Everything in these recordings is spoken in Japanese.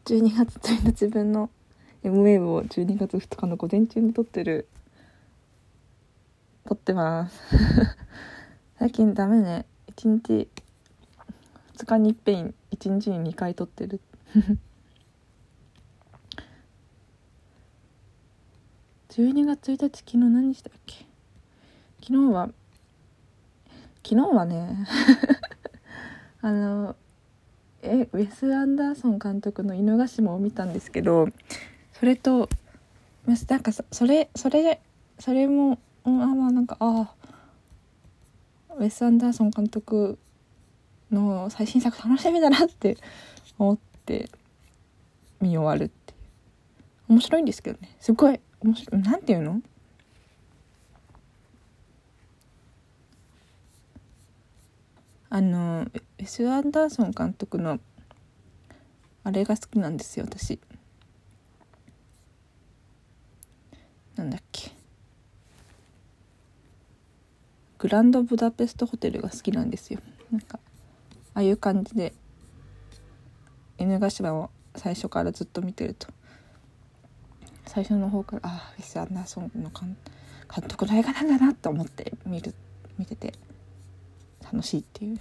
12月1日分の MA を12月2日の午前中に撮ってます最近ダメね。1日2日に一遍1日に2回撮ってる12月1日昨日何したっけ。昨日はねウェス・アンダーソン監督の犬ヶ島を見たんですけど、それとなんかそれもなんかウェス・アンダーソン監督の最新作楽しみだなって思って見終わるっていう。面白いんですけどね、すごい面白い。なんていうの、ウェス・アンダーソン監督のあれが好きなんですよ私。なんだっけ、グランドブダペストホテルが好きなんですよ。なんかああいう感じで犬ヶ島を最初からずっと見てると、最初の方からウェス・アンダーソンの監督の映画なんだなと思って見てて楽しいっていう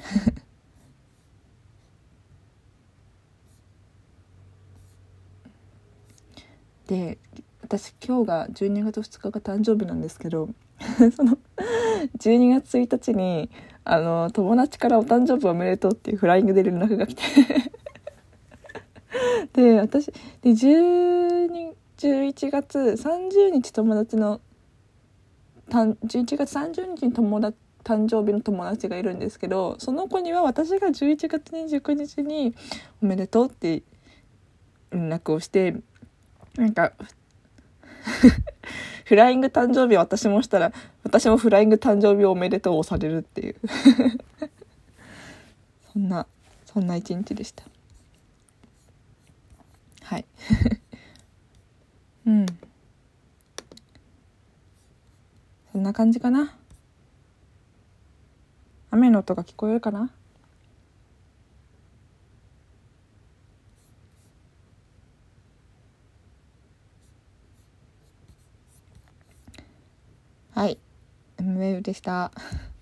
で、私今日が12月2日が誕生日なんですけどその12月1日に友達からお誕生日おめでとうっていうフライングで連絡が来てで私で11月30日友達の11月30日に誕生日の友達がいるんですけど、その子には私が11月29日におめでとうって連絡をして、なんかフライング誕生日を私もしたら、私もフライング誕生日おめでとうをされるっていうそんな一日でした。はいそんな感じかな。雨の音が聞こえるかな。はい、ML でした。